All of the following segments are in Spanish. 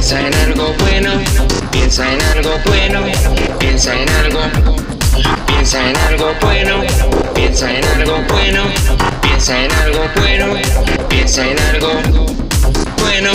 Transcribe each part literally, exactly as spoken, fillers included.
Piensa en algo bueno, piensa en algo bueno, piensa en algo, piensa en algo bueno, piensa en algo bueno, piensa en algo bueno, piensa en algo bueno.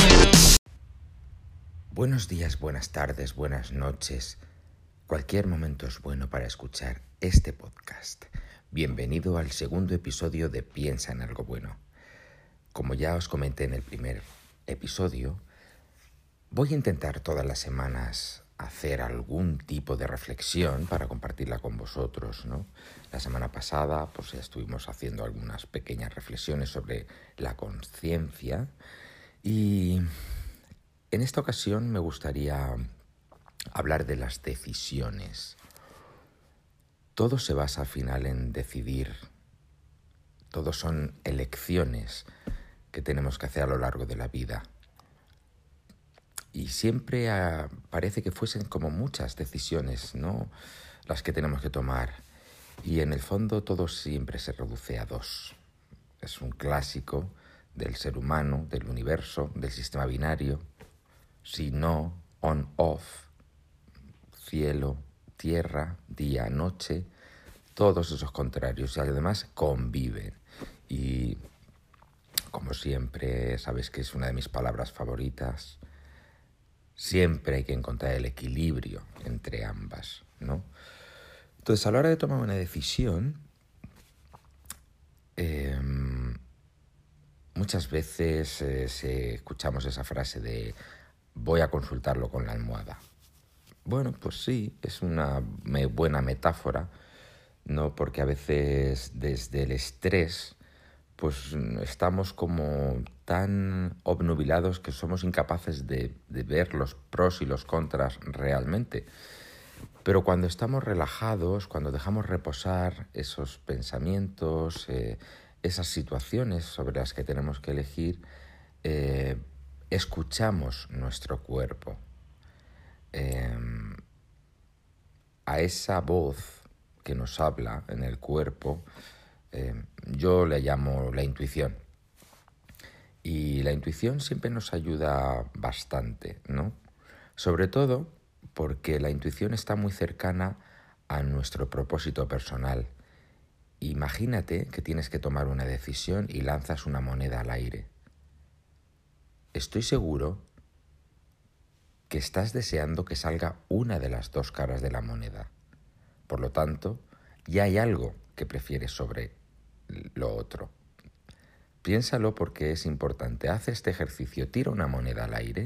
Buenos días, buenas tardes, buenas noches. Cualquier momento es bueno para escuchar este podcast. Bienvenido al segundo episodio de Piensa en algo bueno. Como ya os comenté en el primer episodio, voy a intentar todas las semanas hacer algún tipo de reflexión para compartirla con vosotros, ¿no? La semana pasada pues ya estuvimos haciendo algunas pequeñas reflexiones sobre la conciencia y en esta ocasión me gustaría hablar de las decisiones. Todo se basa al final en decidir. Todo son elecciones que tenemos que hacer a lo largo de la vida. Y siempre uh, parece que fuesen como muchas decisiones, ¿no?, las que tenemos que tomar. Y en el fondo todo siempre se reduce a dos. Es un clásico del ser humano, del universo, del sistema binario. Si no, on, off, cielo, tierra, día, noche, todos esos contrarios y además conviven. Y como siempre, sabes que es una de mis palabras favoritas, siempre hay que encontrar el equilibrio entre ambas, ¿no? Entonces, a la hora de tomar una decisión, eh, muchas veces eh, se, escuchamos esa frase de voy a consultarlo con la almohada. Bueno, pues sí, es una me, buena metáfora, ¿no? Porque a veces desde el estrés pues estamos como tan obnubilados que somos incapaces de, de ver los pros y los contras realmente. Pero cuando estamos relajados, cuando dejamos reposar esos pensamientos, eh, esas situaciones sobre las que tenemos que elegir, eh, escuchamos nuestro cuerpo. Eh, a esa voz que nos habla en el cuerpo, eh, yo le llamo la intuición. Y la intuición siempre nos ayuda bastante, ¿no? Sobre todo porque la intuición está muy cercana a nuestro propósito personal. Imagínate que tienes que tomar una decisión y lanzas una moneda al aire. Estoy seguro que estás deseando que salga una de las dos caras de la moneda. Por lo tanto, ya hay algo que prefieres sobre lo otro. Piénsalo porque es importante. Haz este ejercicio, tira una moneda al aire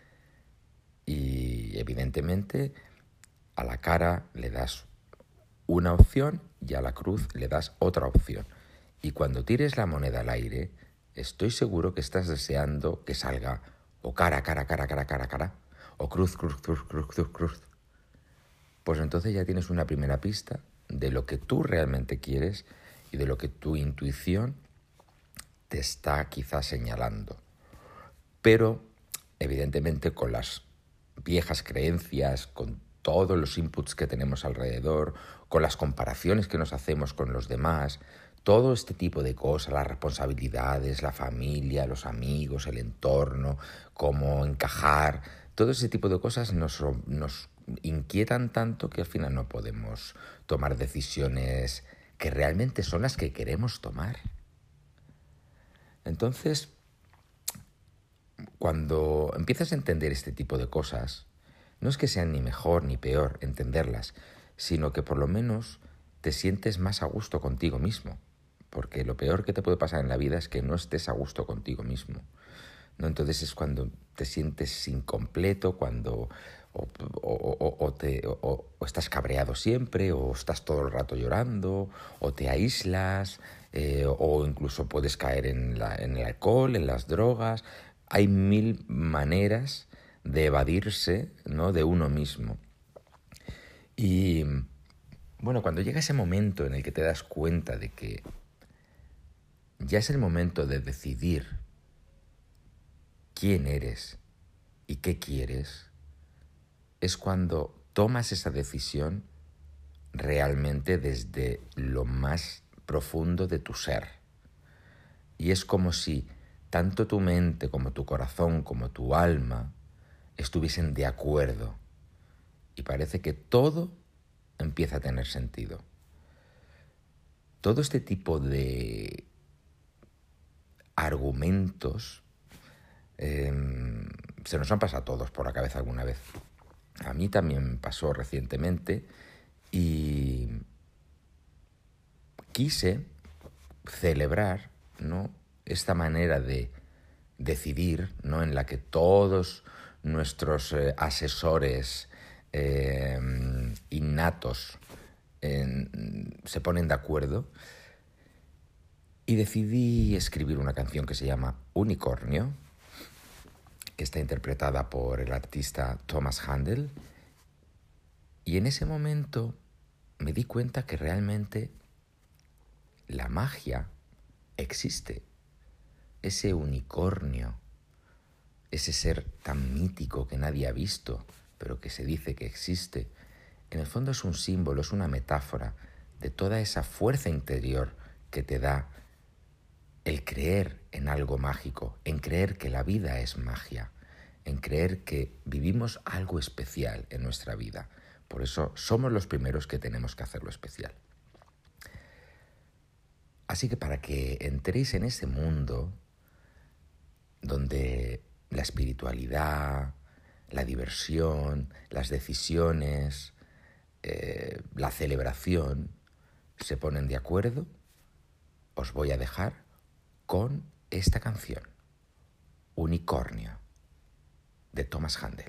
y evidentemente a la cara le das una opción y a la cruz le das otra opción. Y cuando tires la moneda al aire, estoy seguro que estás deseando que salga o cara, cara, cara, cara, cara, cara, o cruz, cruz, cruz, cruz, cruz, cruz. Pues entonces ya tienes una primera pista de lo que tú realmente quieres y de lo que tu intuición te está quizás señalando. Pero, evidentemente, con las viejas creencias, con todos los inputs que tenemos alrededor, con las comparaciones que nos hacemos con los demás, todo este tipo de cosas, las responsabilidades, la familia, los amigos, el entorno, cómo encajar, todo ese tipo de cosas nos, nos inquietan tanto que al final no podemos tomar decisiones que realmente son las que queremos tomar. Entonces, cuando empiezas a entender este tipo de cosas, no es que sean ni mejor ni peor entenderlas, sino que por lo menos te sientes más a gusto contigo mismo. Porque lo peor que te puede pasar en la vida es que no estés a gusto contigo mismo, ¿no? Entonces es cuando te sientes incompleto, cuando o, o, o, o, te, o, o estás cabreado siempre, o estás todo el rato llorando, o te aíslas, eh, o incluso puedes caer en, la, en el alcohol, en las drogas. Hay mil maneras de evadirse, ¿no?, de uno mismo. Y bueno, cuando llega ese momento en el que te das cuenta de que ya es el momento de decidir quién eres y qué quieres, es cuando tomas esa decisión realmente desde lo más profundo de tu ser. Y es como si tanto tu mente como tu corazón como tu alma estuviesen de acuerdo. Y parece que todo empieza a tener sentido. Todo este tipo de argumentos eh, se nos han pasado a todos por la cabeza alguna vez. A mí también me pasó recientemente y quise celebrar, ¿no?, esta manera de decidir, ¿no?, en la que todos nuestros eh, asesores eh, innatos eh, se ponen de acuerdo, y decidí escribir una canción que se llama Unicornio, que está interpretada por el artista Thomas Handel, y en ese momento me di cuenta que realmente la magia existe. Ese unicornio, ese ser tan mítico que nadie ha visto, pero que se dice que existe, en el fondo es un símbolo, es una metáfora de toda esa fuerza interior que te da el creer en algo mágico, en creer que la vida es magia, en creer que vivimos algo especial en nuestra vida. Por eso somos los primeros que tenemos que hacerlo especial. Así que para que entréis en ese mundo donde la espiritualidad, la diversión, las decisiones, eh, la celebración se ponen de acuerdo, os voy a dejar con esta canción, Unicornio, de Thomas Handel.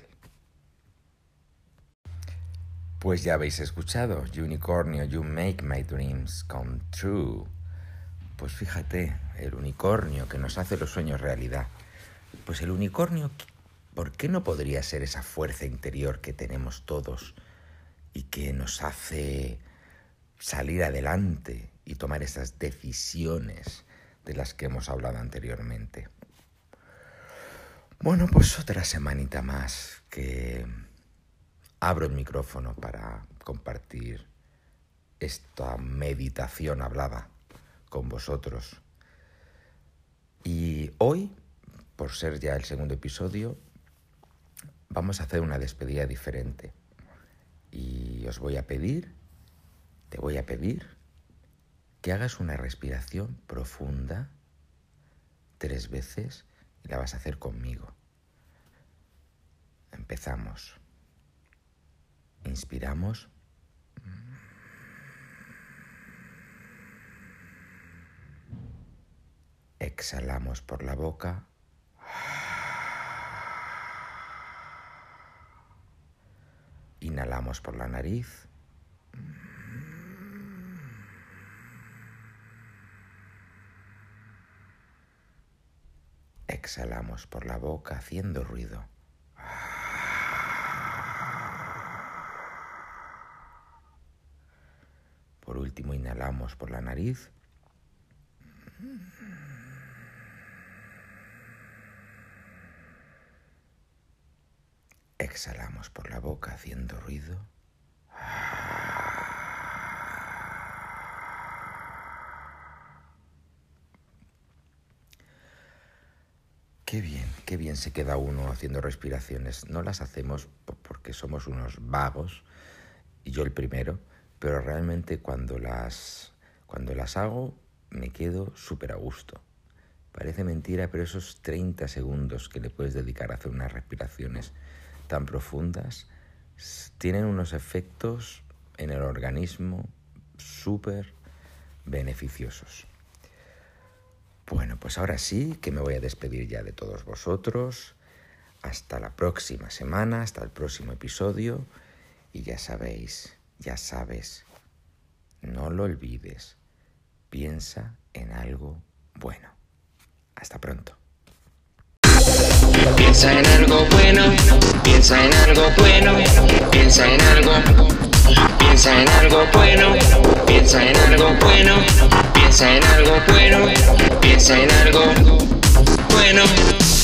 Pues ya habéis escuchado, Unicornio, you make my dreams come true. Pues fíjate, el unicornio que nos hace los sueños realidad. Pues el unicornio, ¿por qué no podría ser esa fuerza interior que tenemos todos y que nos hace salir adelante y tomar esas decisiones de las que hemos hablado anteriormente? Bueno, pues otra semanita más que abro el micrófono para compartir esta meditación hablada con vosotros. Y hoy, por ser ya el segundo episodio, vamos a hacer una despedida diferente. Y os voy a pedir, te voy a pedir que hagas una respiración profunda tres veces y la vas a hacer conmigo. Empezamos. Inspiramos. Exhalamos por la boca. Inhalamos por la nariz. Exhalamos por la boca haciendo ruido. Por último, inhalamos por la nariz. Exhalamos por la boca haciendo ruido. Qué bien, qué bien se queda uno haciendo respiraciones. No las hacemos porque somos unos vagos, y yo el primero, pero realmente cuando las, cuando las hago me quedo súper a gusto. Parece mentira, pero esos treinta segundos que le puedes dedicar a hacer unas respiraciones tan profundas tienen unos efectos en el organismo súper beneficiosos. Bueno, pues ahora sí que me voy a despedir ya de todos vosotros. Hasta la próxima semana, hasta el próximo episodio. Y ya sabéis, ya sabes, no lo olvides. Piensa en algo bueno. Hasta pronto. Piensa en algo bueno, piensa en algo bueno, piensa en algo, piensa en algo bueno, piensa en algo bueno, piensa en algo bueno, piensa en algo bueno.